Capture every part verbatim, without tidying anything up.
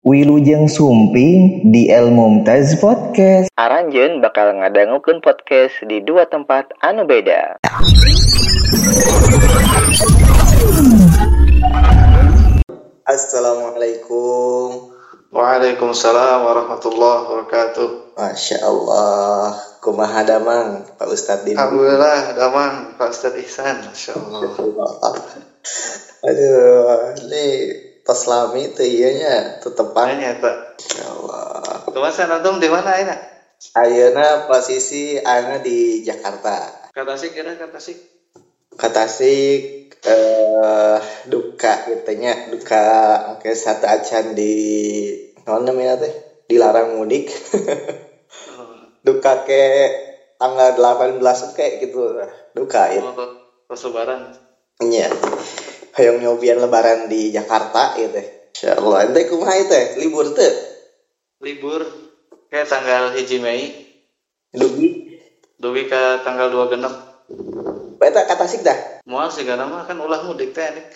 Wilujeng Sumping di El Mumtaz Podcast. Aranjeun bakal ngadangukeun podcast di dua tempat anu beda. Assalamualaikum. Waalaikumsalam warahmatullahi wabarakatuh. Masya Allah. Kumaha damang Pak Ustadz Dini? Alhamdulillah damang Pak Ustadz Ihsan. Masya Allah. Aduh, ini tos lami tuh iyanya tetepan. Banyak tak. Masya Allah. Kemasan antum di mana ini? Ayeuna posisi ana di Jakarta. Kata Tasik kira kata Tasik. Ka Tasik eh duka kitanya duka oke satu acan di naon namanya teh dilarang mudik. Duka ke tanggal delapan belas kayak gitu. Duka ya. Pas lebaran. Iya. Hayang nyobian lebaran di Jakarta gitu. Insyaallah. Ente kumaha teh? Libur teh? Libur kayak tanggal hiji Mei. Dugi. Dugi ke tanggal dua genep. Beta ka Tasik dah. Moal sigana mah kan ulah mudik teh nih.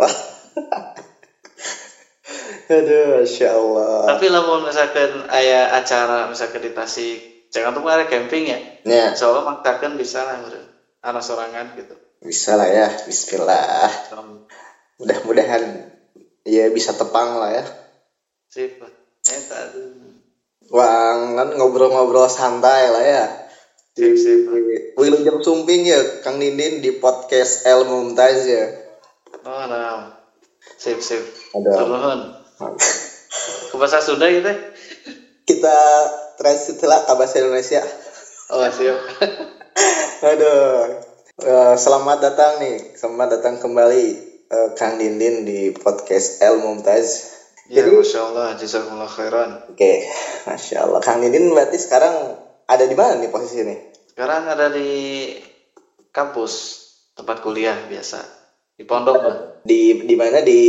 Aduh, insyaallah. Tapi lamun misalkan aya acara misalkan di Tasik, jangan tuh ada camping ya. Ya. Insyaallah maktakeun bisa lah beureun. Ana sorangan gitu. Bisa lah ya. Bismillah. Mudah-mudahan ya bisa tepang lah ya. Sip. Eta Wah, kan ngobrol-ngobrol santai lah ya. Sip, sip. Wilujeng Sumping ya, Kang Dindin di podcast El Mumtaz ya. Oh, nah. Sip, sip. Ada. Nuhun. Ke bahasa Sunda gitu teh? Kita translate lah ke bahasa Indonesia. Oh, siap. Aduh. Uh, selamat datang nih, selamat datang kembali uh, Kang Dindin di podcast El Mumtaz. Ya, Jadi, Masya Allah, jazakumullah khairan. Oke, okay. Masya Allah. Kang Dindin berarti sekarang ada di mana nih posisi ini? Sekarang ada di kampus, tempat kuliah biasa. Di pondok lah. Di di mana di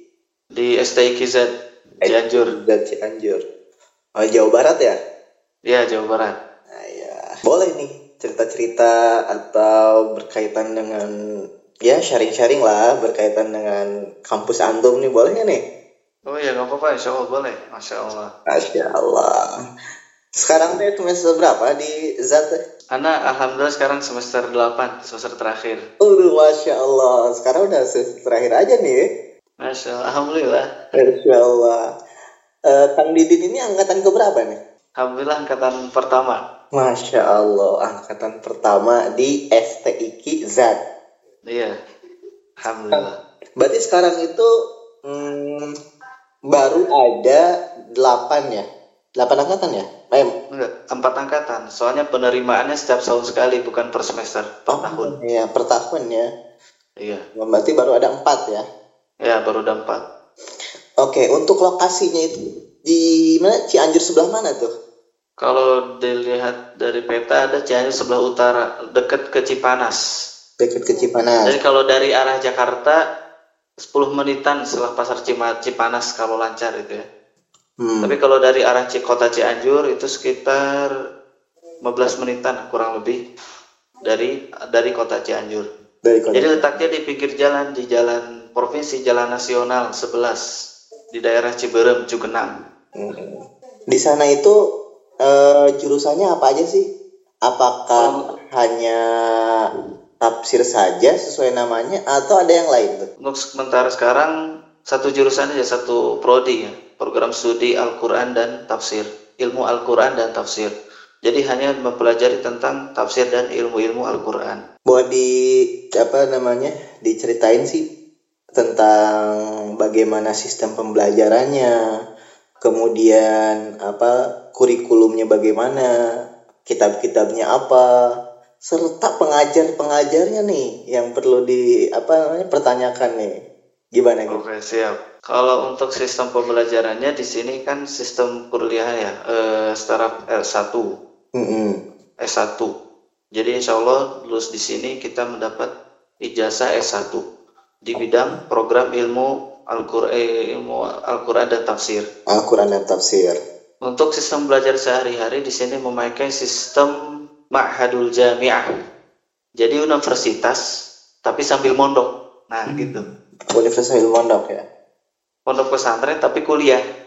Di S T I K Z Cianjur. Di Cianjur. Oh, Jawa Barat ya? Iya, Jawa Barat. Nah, ya. Boleh nih cerita-cerita atau berkaitan dengan ya sharing-sharing lah berkaitan dengan kampus antum nih, boleh nggak nih? Oh iya, nggak apa-apa, insya Allah boleh. Masya Allah. Masya Allah. Sekarang teh semester berapa di Z? Anak alhamdulillah sekarang semester delapan, semester terakhir. Udah, Masya Allah. Sekarang udah semester terakhir aja nih. Masya Allah, alhamdulillah. Masya Allah. Uh, Kang Didin ini angkatan keberapa nih? Alhamdulillah angkatan pertama. Masya Allah, angkatan pertama di S T I K Z. Iya, alhamdulillah. Berarti sekarang itu hmm, baru ada delapan ya? Delapan angkatan ya? Eh, Enggak, empat angkatan. Soalnya penerimaannya setiap tahun sekali, bukan per semester, per oh, tahun. Iya, per tahun ya. Iya. Berarti baru ada empat ya? Ya, baru ada empat. Oke, untuk lokasinya itu di mana? Cianjur sebelah mana tuh? Kalau dilihat dari peta ada Cianjur sebelah utara, dekat ke Cipanas. Dekat ke Cipanas. Jadi kalau dari arah Jakarta sepuluh menitan setelah pasar Cima, Cipanas kalau lancar itu ya. Hmm. Tapi kalau dari arah kota Cianjur itu sekitar lima belas menitan kurang lebih dari dari kota Cianjur. Dari kota. Jadi letaknya di pinggir jalan, di jalan provinsi, jalan nasional sebelas di daerah Ciberem, Cugenang. Hmm. Di sana itu uh, jurusannya apa aja sih? Apakah oh. hanya tafsir saja sesuai namanya atau ada yang lain tuh? Untuk sementara sekarang satu jurusan aja, satu prodi ya, program studi Al-Quran dan tafsir, ilmu Al-Quran dan tafsir. Jadi hanya mempelajari tentang tafsir dan ilmu-ilmu Al-Quran. Boleh di apa namanya diceritain sih tentang bagaimana sistem pembelajarannya, kemudian apa kurikulumnya bagaimana, kitab-kitabnya apa, serta pengajar-pengajarnya nih yang perlu di apa namanya pertanyakan nih. Gimana gitu? Oke, siap. Kalau untuk sistem pembelajarannya di sini kan sistem kuliah ya, eh, startup S satu. Mm-hmm. S satu. Jadi insya Allah lulus di sini kita mendapat ijazah S satu di bidang program ilmu Al-Qur'an, eh, ilmu Al-Quran dan tafsir. Al-Quran dan tafsir. Untuk sistem belajar sehari-hari di sini memakai sistem Ma'hadul Jami'ah. Jadi universitas tapi sambil mondok. Nah, hmm. gitu. Universitas sambil mondok ya. Pondok pesantren tapi kuliah.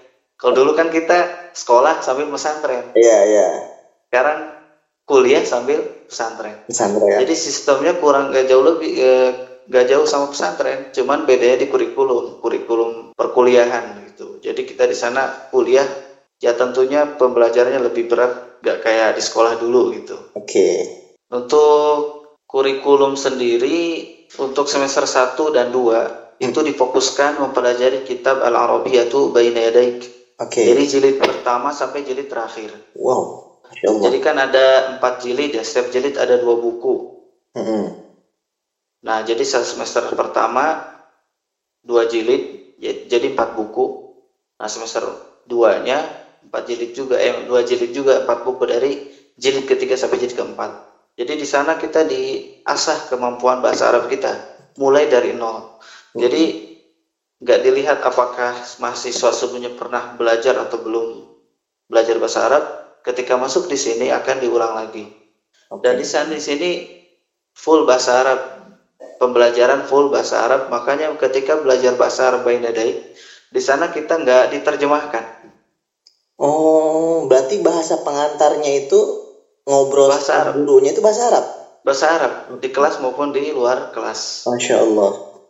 Kalau dulu kan kita sekolah sambil pesantren. Iya, iya. Sekarang kuliah sambil pesantren. Pesantren. Jadi sistemnya kurang gak jauh lebih eh, gak jauh sama pesantren, cuman bedanya di kurikulum, kurikulum perkuliahan gitu. Jadi kita di sana kuliah, ya tentunya pembelajarannya lebih berat, gak kayak di sekolah dulu gitu. Oke. Okay. Untuk kurikulum sendiri untuk semester satu dan dua hmm. itu difokuskan mempelajari kitab Al-Arabiyyatu Baina Yadaik. Oke. Okay. Jadi jilid pertama sampai jilid terakhir. Wow. Jadi kan ada empat jilid ya, setiap jilid ada dua buku. Mm-hmm. Nah, jadi semester pertama dua jilid, jadi empat buku. Nah, semester duanya empat jilid juga, eh dua jilid juga empat buku dari jilid ketiga sampai jilid keempat. Jadi di sana kita diasah kemampuan bahasa Arab kita, mulai dari nol. Mm-hmm. Jadi nggak dilihat apakah mahasiswa sebelumnya pernah belajar atau belum belajar bahasa Arab. Ketika masuk di sini akan diulang lagi. Okay. Dan di sana di sini full bahasa Arab, pembelajaran full bahasa Arab. Makanya ketika belajar bahasa Arab Baina Yadaik, di sana kita nggak diterjemahkan. Oh, berarti bahasa pengantarnya itu ngobrol bahasa Arab. Gurunya itu bahasa Arab. Bahasa Arab di kelas maupun di luar kelas. Masya Allah.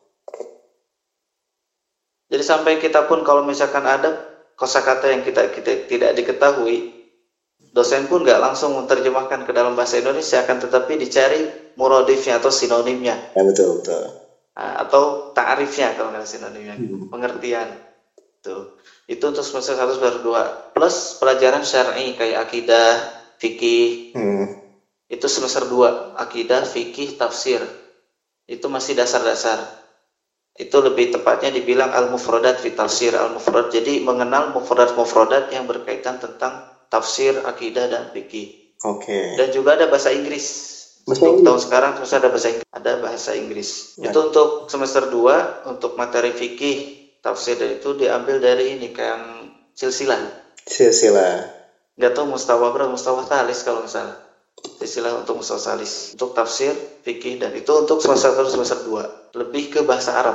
Jadi sampai kita pun kalau misalkan ada kosakata yang kita, kita tidak diketahui, dosen pun nggak langsung menerjemahkan ke dalam bahasa Indonesia, akan tetapi dicari muradifnya atau sinonimnya. Ya, betul betul. Nah, atau ta'arifnya kalau nggak sinonimnya, hmm. pengertian. Tuh. Itu untuk semester satu semester dua. Plus pelajaran syar'i kayak akidah, fikih. Hmm. Itu semester dua, akidah, fikih, tafsir. Itu masih dasar-dasar. Itu lebih tepatnya dibilang al-mufradat fi tafsir, al-mufrad. Jadi mengenal mufradat-mufradat yang berkaitan tentang tafsir, akidah, dan fikih. Oke. Okay. Dan juga ada bahasa Inggris. Bahasa untuk Inggris. Tahun sekarang terus ada bahasa Inggris. Ada bahasa Inggris. Ya. Itu untuk semester dua, untuk materi fikih, tafsir, dan itu diambil dari ini kayak yang silsilah. Silsilah. Nggak tahu mustawah berapa, mustawah talis kalau nggak salah. Silsilah untuk mustawah talis. Untuk tafsir, fikih, dan itu untuk semester satu, semester dua. Lebih ke bahasa Arab.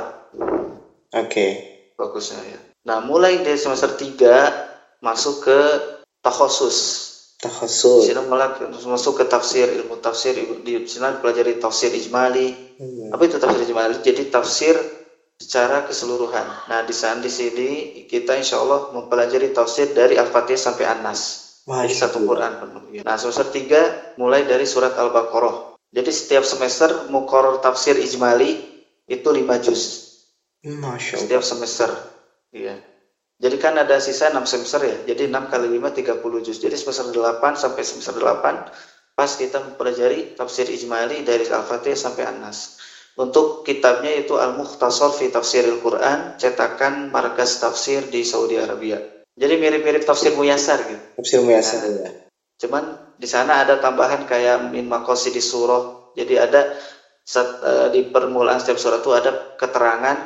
Oke. Okay. Bagusnya ya. Nah, mulai dari semester tiga masuk ke takhusus. Takhusus. Di sini malah masuk ke tafsir, ilmu tafsir. Di sini dipelajari tafsir ijmali. Hmm. Apa itu tafsir ijmali? Jadi tafsir secara keseluruhan. Nah, di sana di sini kita insya Allah mempelajari tafsir dari Al-Fatihah sampai An-Nas. Jadi satu Quran penuh. Nah, semester tiga mulai dari surat Al-Baqarah. Jadi setiap semester muqarrar tafsir ijmali itu lima juz. Masya Allah. Setiap semester. Iya. Jadi kan ada sisa enam semester ya. Jadi enam kali lima, tiga puluh juz. Jadi semester delapan sampai semester delapan pas kita mempelajari tafsir ijmali dari Al-Fatihah sampai An-Nas. Untuk kitabnya itu Al-Mukhtasar fi Tafsiril Quran, cetakan Markas Tafsir di Saudi Arabia. Jadi mirip-mirip tafsir Muyassar gitu. Tafsir Muyassar nah, ya. Cuman di sana ada tambahan kayak min maqasidis surah. Jadi ada set, uh, di permulaan setiap surat itu ada keterangan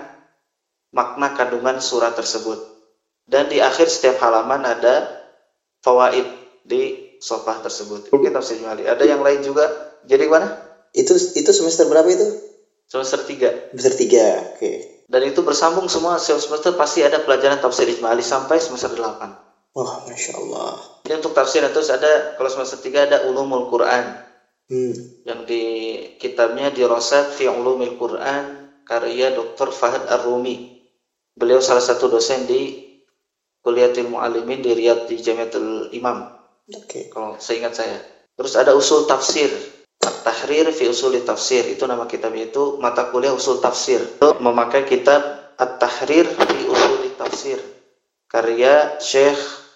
makna kandungan surat tersebut. Dan di akhir setiap halaman ada fawaid di sofah tersebut. Itu tafsir ijmali. Ada yang lain juga. Jadi mana? Itu itu semester berapa itu? Semester tiga. Semester tiga, oke. Okay. Dan itu bersambung semua, semester pasti ada pelajaran tafsir ijmali sampai semester delapan. Wah, Masya Allah. Jadi untuk tafsir terus ada, kalau semester tiga ada ulumul Quran. Hmm. Yang di kitabnya Dirasat fi Ulumil Quran, karya Doktor Fahad Ar-Rumi. Beliau salah satu dosen di Kuliatul Mu'allimin di Riyadh di Jamiatul Imam. Oke. Okay. Kalau seingat saya. Terus ada usul tafsir. At-Tahrir fi Usul Tafsir, itu nama kitabnya, itu mata kuliah usul tafsir. Itu memakai kitab At-Tahrir fi Usul Tafsir karya Syekh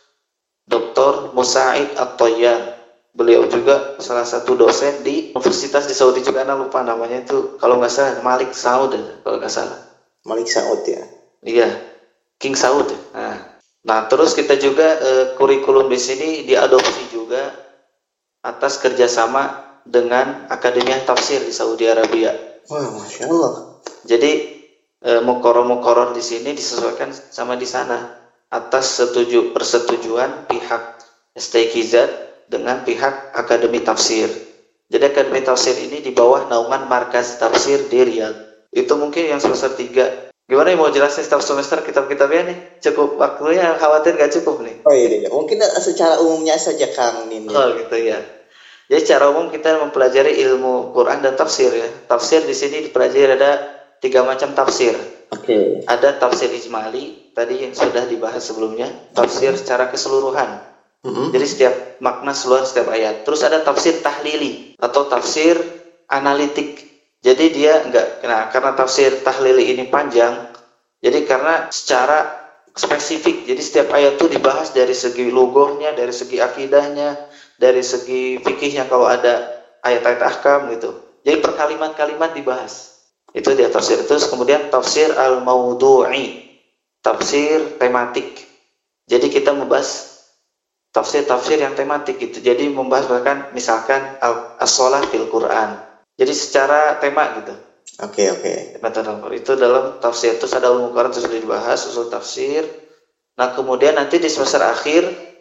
Doktor Musa'id At-Tayyar. Beliau juga salah satu dosen di universitas di Saudi juga, anak lupa namanya itu, kalau nggak salah Malik Saud kalau nggak salah. Malik Saud ya. Iya, King Saud. Nah, nah terus kita juga eh, kurikulum di sini diadopsi juga atas kerjasama dengan Akademi Tafsir di Saudi Arabia. Wah, Masya Allah. Jadi e, muqarrar-muqarrar di sini disesuaikan sama di sana atas setuju persetujuan pihak S T Q Z dengan pihak Akademi Tafsir. Jadi Akademi Tafsir ini di bawah naungan Markas Tafsir di Riyadh. Itu mungkin yang semester tiga. Gimana ya mau jelasin setiap semester kitab-kitabnya nih? Cukup waktunya, khawatir gak cukup nih. Oh iya, iya. Mungkin secara umumnya saja Kang Nin. Oh gitu ya. Jadi secara umum kita mempelajari ilmu Quran dan tafsir ya. Tafsir di sini dipelajari ada tiga macam tafsir. Oke. Okay. Ada tafsir ijmali, tadi yang sudah dibahas sebelumnya. Tafsir secara keseluruhan. Mm-hmm. Jadi setiap makna seluruh setiap ayat. Terus ada tafsir tahlili atau tafsir analitik. Jadi dia enggak, nah karena tafsir tahlili ini panjang, jadi karena secara spesifik, jadi setiap ayat itu dibahas dari segi logohnya, dari segi akidahnya, dari segi fikihnya kalau ada ayat-ayat ahkam gitu. Jadi per kalimat-kalimat dibahas. Itu dia tafsir. Terus kemudian tafsir al-maudu'i, tafsir tematik. Jadi kita membahas tafsir-tafsir yang tematik gitu. Jadi membahas bahkan misalkan as-shalah fil Quran. Jadi secara tema gitu. Oke, okay, oke. Okay. Itu dalam tafsir. Terus ada ulumul Quran terus dibahas, usul tafsir. Nah, kemudian nanti di semester akhir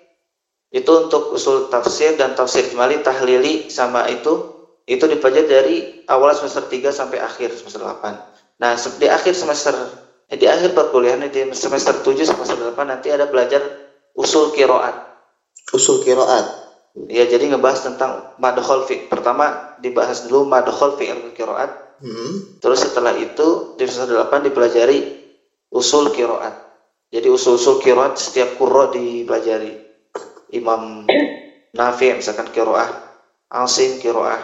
itu untuk usul tafsir dan tafsir ijmali, tahlili sama itu itu dipelajari dari awal semester tiga sampai akhir semester delapan. Nah, di akhir semester eh, di akhir perkuliahan di semester tujuh semester delapan nanti ada belajar usul qiraat. Usul qiraat. Ya, jadi ngebahas tentang madkhul fiqh. Pertama dibahas dulu madkhul fiqh ilmu qiraat. Hmm. Terus setelah itu di semester delapan dipelajari usul qiraat. Jadi usul-usul qiraat setiap qurra dipelajari. Imam Nafi' misalkan qiraah, Asim qiraah,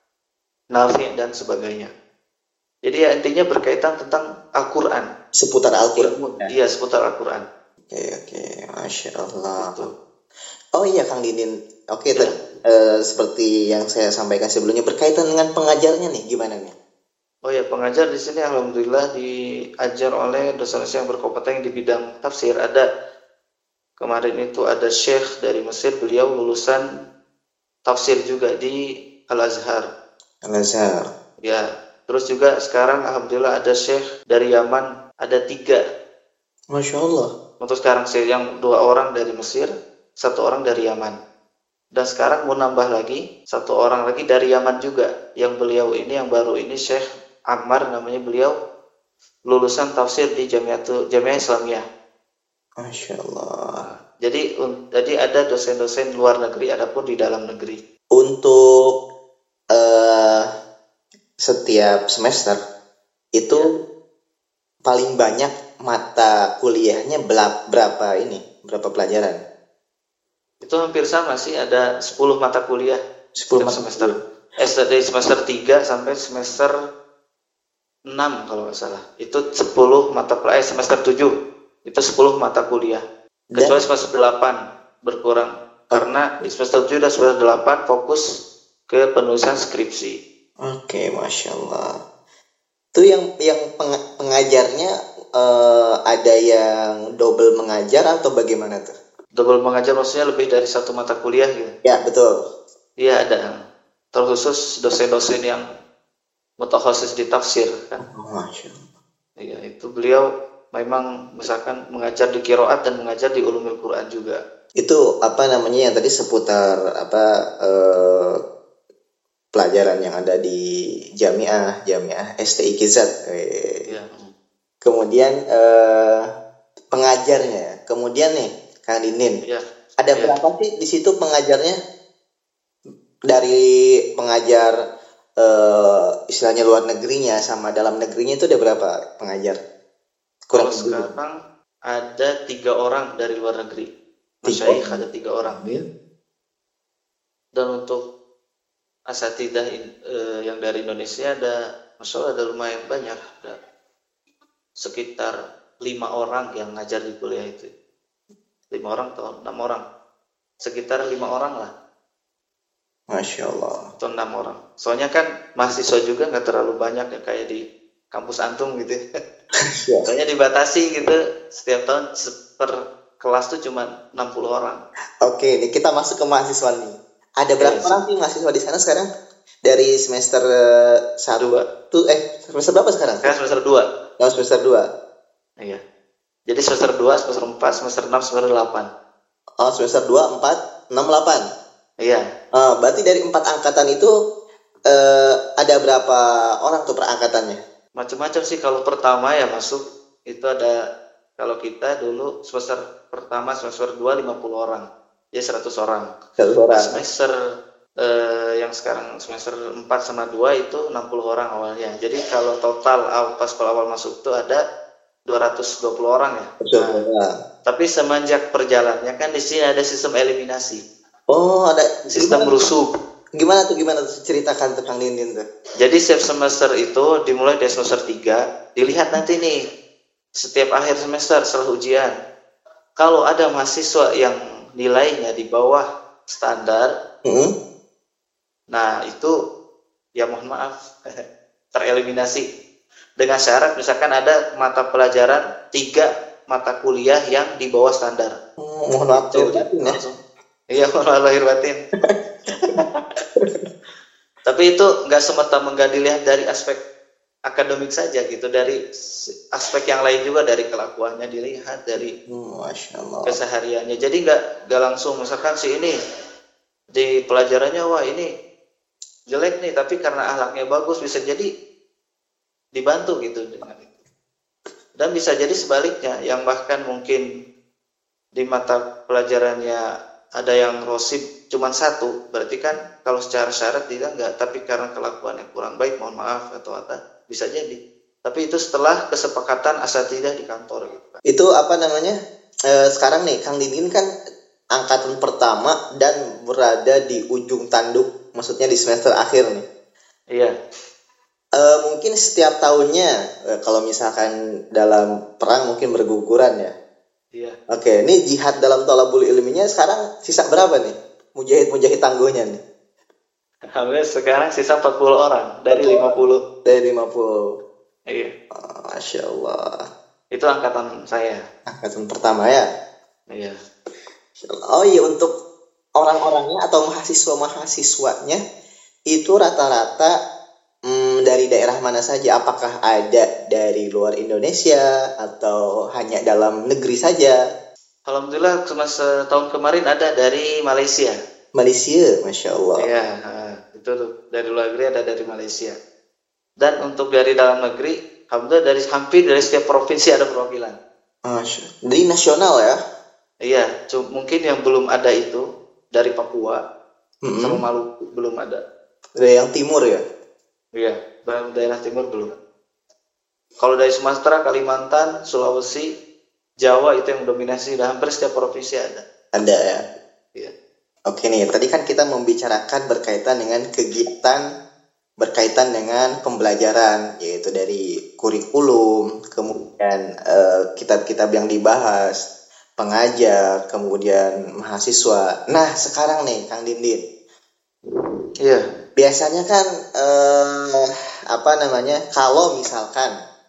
Nafi' dan sebagainya. Jadi ya intinya berkaitan tentang Al-Qur'an, seputar Al-Qur'an. Iya, seputar Al-Qur'an. Oke, oke. Masya Allah. Gitu. Oh iya Kang Didin, oke okay, ya. uh, seperti yang saya sampaikan sebelumnya berkaitan dengan pengajarnya nih, gimana nih? Oh ya, pengajar di sini alhamdulillah diajar oleh dosen-dosen yang berkompeten di bidang tafsir. Ada kemarin itu ada Syekh dari Mesir, beliau lulusan tafsir juga di Al-Azhar. Al-Azhar. Ya, terus juga sekarang alhamdulillah ada Syekh dari Yaman, ada tiga. Masya Allah. Untuk sekarang sih yang dua orang dari Mesir, satu orang dari Yaman. Dan sekarang mau nambah lagi, satu orang lagi dari Yaman juga. Yang beliau ini, yang baru ini Syekh Ammar namanya, beliau lulusan tafsir di Jamiatul Jamiah Islamiyah. Masya Allah. Jadi, un, jadi ada dosen-dosen luar negeri, adapun di dalam negeri. Untuk uh, setiap semester itu ya. Paling banyak mata kuliahnya berapa ini? Berapa pelajaran? Itu hampir sama sih, ada sepuluh mata kuliah sepuluh mata semester. Eh, dari semester tiga sampai semester enam kalau nggak salah. Itu sepuluh mata kuliah, eh, semester tujuh itu sepuluh mata kuliah. Kecuali dan semester delapan berkurang. Karena di semester tujuh dan semester delapan fokus ke penulisan skripsi. Oke, Masya Allah. Itu yang yang pengajarnya uh, ada yang double mengajar atau bagaimana tuh? Double mengajar maksudnya lebih dari satu mata kuliah gitu? Ya, betul. Iya, ada. Terkhusus dosen-dosen yang mutakhasis di tafsir kan. Oh, Masya Allah. Iya, itu beliau memang misalkan mengajar di qiraat dan mengajar di ulumul Quran juga. Itu apa namanya yang tadi seputar apa uh, pelajaran yang ada di Jamiah, Jamiah S T I K Z. Eh. Ya. Kemudian eh, pengajarnya, kemudian nih Kang Dinin, ya. Ada ya. Berapa sih di situ pengajarnya? Dari pengajar eh, istilahnya luar negerinya sama dalam negerinya itu ada berapa pengajar? Kurang Kalau sekarang ada tiga orang dari luar negeri. Masyaikh ada tiga orang. Ya. Dan untuk asatidah eh, yang dari Indonesia ada, masya Allah ada lumayan banyak, ada sekitar lima orang yang ngajar di kuliah itu, lima orang atau enam orang, sekitar lima orang lah, masya Allah, atau enam orang. Soalnya kan mahasiswa juga nggak terlalu banyak ya kayak di kampus antum gitu, soalnya dibatasi gitu, setiap tahun per kelas tuh cuma enam puluh orang. Oke, nih kita masuk ke mahasiswa nih. Ada berapa yes. orang sih mahasiswa di sana sekarang? Dari semester satu tuh eh semester berapa sekarang? Sekarang semester dua. Oh, semester dua. Iya. Jadi semester dua, semester empat, semester enam, semester delapan. Oh, semester dua, empat, enam, delapan. Iya. Oh, berarti dari empat angkatan itu eh, ada berapa orang tuh per angkatannya? Macam-macam sih. Kalau pertama ya masuk itu ada, kalau kita dulu semester pertama, semester dua lima puluh orang, ya seratus orang. seratus orang. Semester eh, yang sekarang semester empat sama dua itu enam puluh orang awalnya. Jadi kalau total pas awal masuk itu ada dua ratus dua puluh orang ya. Nah, tapi semenjak perjalannya kan di sini ada sistem eliminasi. Oh, ada sistem rusuh. Gimana tuh, gimana tuh, ceritakan tuh Kang Dindin tuh. Jadi setiap semester itu dimulai dari semester tiga, dilihat nanti nih setiap akhir semester setelah ujian. Kalau ada mahasiswa yang nilainya di bawah standar, hmm? nah itu ya mohon maaf tereliminasi. Dengan syarat misalkan ada mata pelajaran tiga mata kuliah yang di bawah standar. Oh, mohon maaf lahir batin ya. Iya, mohon maaf lahir batin. Tapi itu nggak semerta-merta dilihat dari aspek akademik saja gitu, dari aspek yang lain juga, dari kelakuannya dilihat, dari Masya Allah. kesehariannya. Jadi nggak nggak langsung misalkan si ini di pelajarannya wah ini jelek nih, tapi karena akhlaknya bagus bisa jadi dibantu gitu dengan itu. Dan bisa jadi sebaliknya, yang bahkan mungkin di mata pelajarannya ada yang rosib cuma satu, berarti kan kalau secara syarat dia enggak, tapi karena kelakuannya kurang baik, mohon maaf atau apa, bisa jadi. Tapi itu setelah kesepakatan asatidzah di kantor gitu. Itu apa namanya? E, sekarang nih Kang Dindin kan angkatan pertama dan berada di ujung tanduk, maksudnya di semester akhir nih. Iya. E, mungkin setiap tahunnya e, kalau misalkan dalam perang mungkin berguguran ya. Iya. Oke, ini jihad dalam thalabul ilminya sekarang sisa berapa nih? Mujahid-mujahid tangguhnya nih. Alhamdulillah sekarang sisa empat puluh orang dari lima puluh. Dari lima puluh. Iya. Oh, Masya Allah. Itu angkatan saya. Angkatan pertama ya? Iya. Oh iya, untuk orang-orangnya atau mahasiswa-mahasiswanya itu rata-rata hmm, dari daerah mana saja? Apakah ada dari luar Indonesia atau hanya dalam negeri saja? Alhamdulillah semasa tahun kemarin ada dari Malaysia. Malaysia, Masya Allah. Iya, itu tuh dari luar negeri ada dari Malaysia. Dan untuk dari dalam negeri, alhamdulillah dari hampir dari setiap provinsi ada perwakilan. Masya. Dari nasional ya? Iya, mungkin yang belum ada itu dari Papua, mm-hmm. sama Maluku belum ada. Dari yang timur ya? Iya, daerah timur belum. Kalau dari Sumatera, Kalimantan, Sulawesi, Jawa itu yang dominasi, dan hampir setiap provinsi ada. Ada ya? Iya. Oke nih, tadi kan kita membicarakan berkaitan dengan kegiatan berkaitan dengan pembelajaran, yaitu dari kurikulum, kemudian uh, kitab-kitab yang dibahas, pengajar, kemudian mahasiswa. Nah, sekarang nih Kang Dindin. Iya. Biasanya kan uh, apa namanya? Kalau misalkan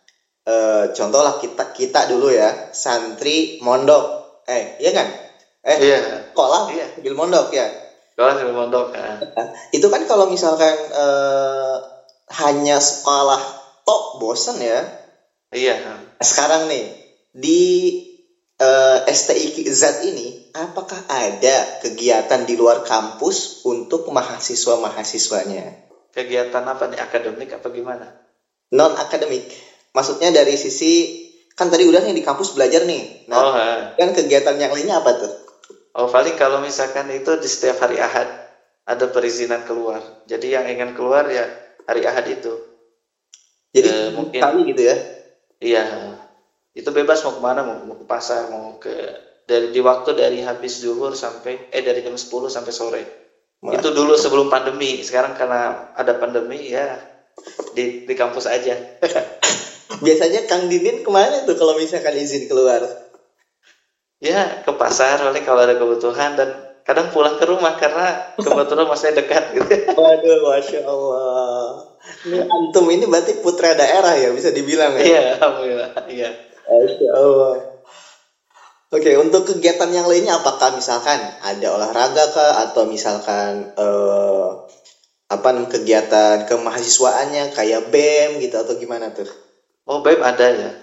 uh, contohlah kita kita dulu ya, santri mondok. Eh, iya kan? Eh, iya. Sekolah, iya. Sambil mondok ya. Sekolah sambil mondok. Ya. Itu kan kalau misalkan eh, hanya sekolah tok bosan ya. Iya. Sekarang nih di eh, S T I Q Z ini, apakah ada kegiatan di luar kampus untuk mahasiswa-mahasiswanya? Kegiatan apa nih? Akademik apa gimana? Non akademik. Maksudnya dari sisi kan tadi udah nih di kampus belajar nih. Nah, oh, kan kegiatan yang lainnya apa tuh? Oh, paling kalau misalkan itu di setiap hari Ahad ada perizinan keluar. Jadi yang ingin keluar ya hari Ahad itu. Jadi e, mungkin kali gitu ya? Iya. Itu bebas mau kemana, mau, mau ke pasar, mau ke dari di waktu dari habis zuhur sampai eh dari jam sepuluh sampai sore. Wah. Itu dulu sebelum pandemi. Sekarang karena ada pandemi ya di di kampus aja. Biasanya Kang Dindin kemana tuh kalau misalkan izin keluar? Ya ke pasar paling kalau ada kebutuhan, dan kadang pulang ke rumah karena kebetulan masih dekat gitu. Waduh, Masya Allah. Ini antum ini berarti putra daerah ya, bisa dibilang ya? Iya, alhamdulillah. Iya. Masya Allah. Oke, untuk kegiatan yang lainnya apakah misalkan ada olahraga kah, atau misalkan eh, apa kegiatan kemahasiswaannya kayak B E M gitu atau gimana tuh? Oh, B E M ada ya.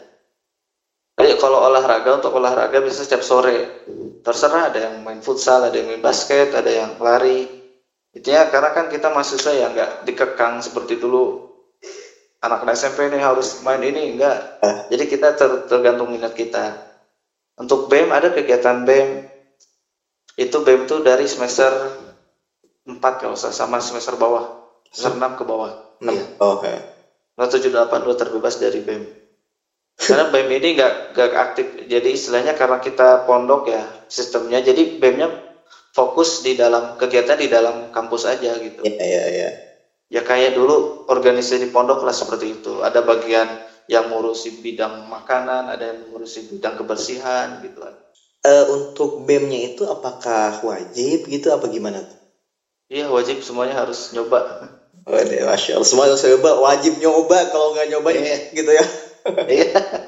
Jadi kalau olahraga, untuk olahraga bisa setiap sore. Terserah, ada yang main futsal, ada yang main basket, ada yang lari. Intinya karena kan kita mahasiswa ya nggak dikekang seperti dulu. anak S M P nih harus main ini, enggak. Uh. Jadi kita ter- tergantung minat kita. Untuk B E M ada kegiatan B E M. Itu B E M tuh dari semester empat kalau usah sama semester bawah. Semester enam ke bawah. enam. Iya. Oh, oke. Okay. tujuh delapan dua terbebas dari B E M. Karena B E M ini enggak enggak aktif. Jadi istilahnya karena kita pondok ya sistemnya. Jadi B E M-nya fokus di dalam kegiatan di dalam kampus aja gitu. Iya, iya, iya. Ya kayak dulu organisasi di pondok lah seperti itu. Ada bagian yang ngurusi bidang makanan, ada yang ngurusi bidang kebersihan gitu kan. Uh, untuk B E M-nya itu apakah wajib gitu apa gimana? Iya wajib, semuanya harus nyoba. Waduh, Masya Allah, semua harus nyoba, wajib nyoba, kalau nggak nyoba yeah. gitu ya. Iya.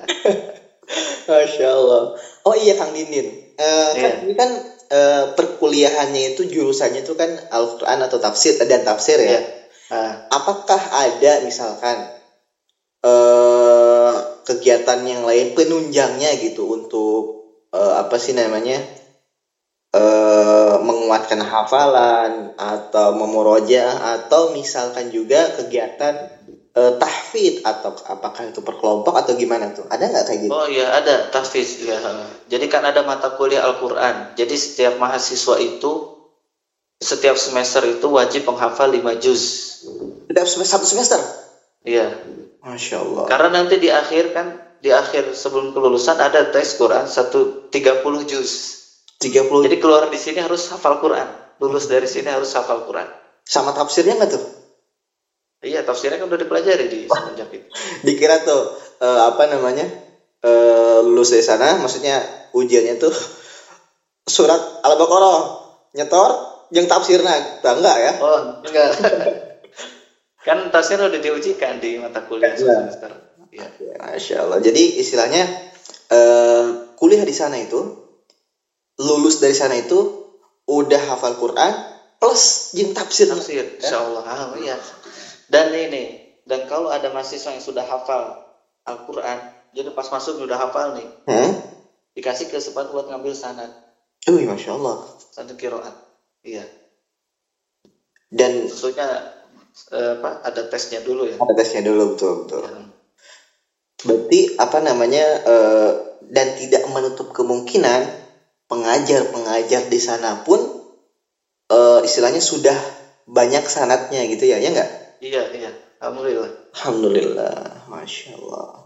Masya Allah. Oh iya Kang Dindin, uh, yeah. kan ini kan uh, perkuliahannya itu jurusannya itu kan Al-Quran atau tafsir dan tafsir ya. Yeah. Uh. Apakah ada misalkan uh, kegiatan yang lain penunjangnya gitu untuk uh, apa sih namanya uh, menguatkan hafalan atau memurojaah atau misalkan juga kegiatan uh, tahfidz atau apakah itu per kelompok atau gimana tuh? Ada nggak kayak gitu? Oh iya ada tahfidz ya. Jadi kan ada mata kuliah Al-Quran. Jadi setiap mahasiswa itu setiap semester itu wajib menghafal lima juz. Setiap satu semester? Iya. Masya Allah. Karena nanti di akhir kan, di akhir sebelum kelulusan ada tes Quran satu tiga puluh juz. tiga puluh. Jadi keluar di sini harus hafal Quran. Lulus dari sini harus hafal Quran. Sama tafsirnya nggak tuh? Iya, tafsirnya kan udah dipelajari di semenjak itu. Dikira tuh uh, apa namanya? Uh, lulus dari sana, maksudnya ujiannya tuh surat Al-Baqarah nyetor yang tafsirnya enggak ya? Oh, enggak. Kan tafsir udah diujikan di mata kuliah semester. Ya. Masya Allah. Jadi istilahnya uh, kuliah di sana itu, lulus dari sana itu udah hafal Quran plus jin tafsir. Tafsir, insya Allah. Oh iya. Dan ini, dan kalau ada mahasiswa yang sudah hafal Al-Quran, jadi pas masuk udah hafal nih, hmm? dikasih kesempatan buat ngambil sanad. Oh, Masya Allah. Sanad qiraat. Iya. Dan tentunya eh, apa? Ada tesnya dulu ya. Ada tesnya dulu, betul betul. Ya. Berarti apa namanya uh, dan tidak menutup kemungkinan pengajar-pengajar di sana pun uh, istilahnya sudah banyak sanadnya gitu ya, ya nggak? Iya iya. Alhamdulillah. Alhamdulillah, Masya Allah.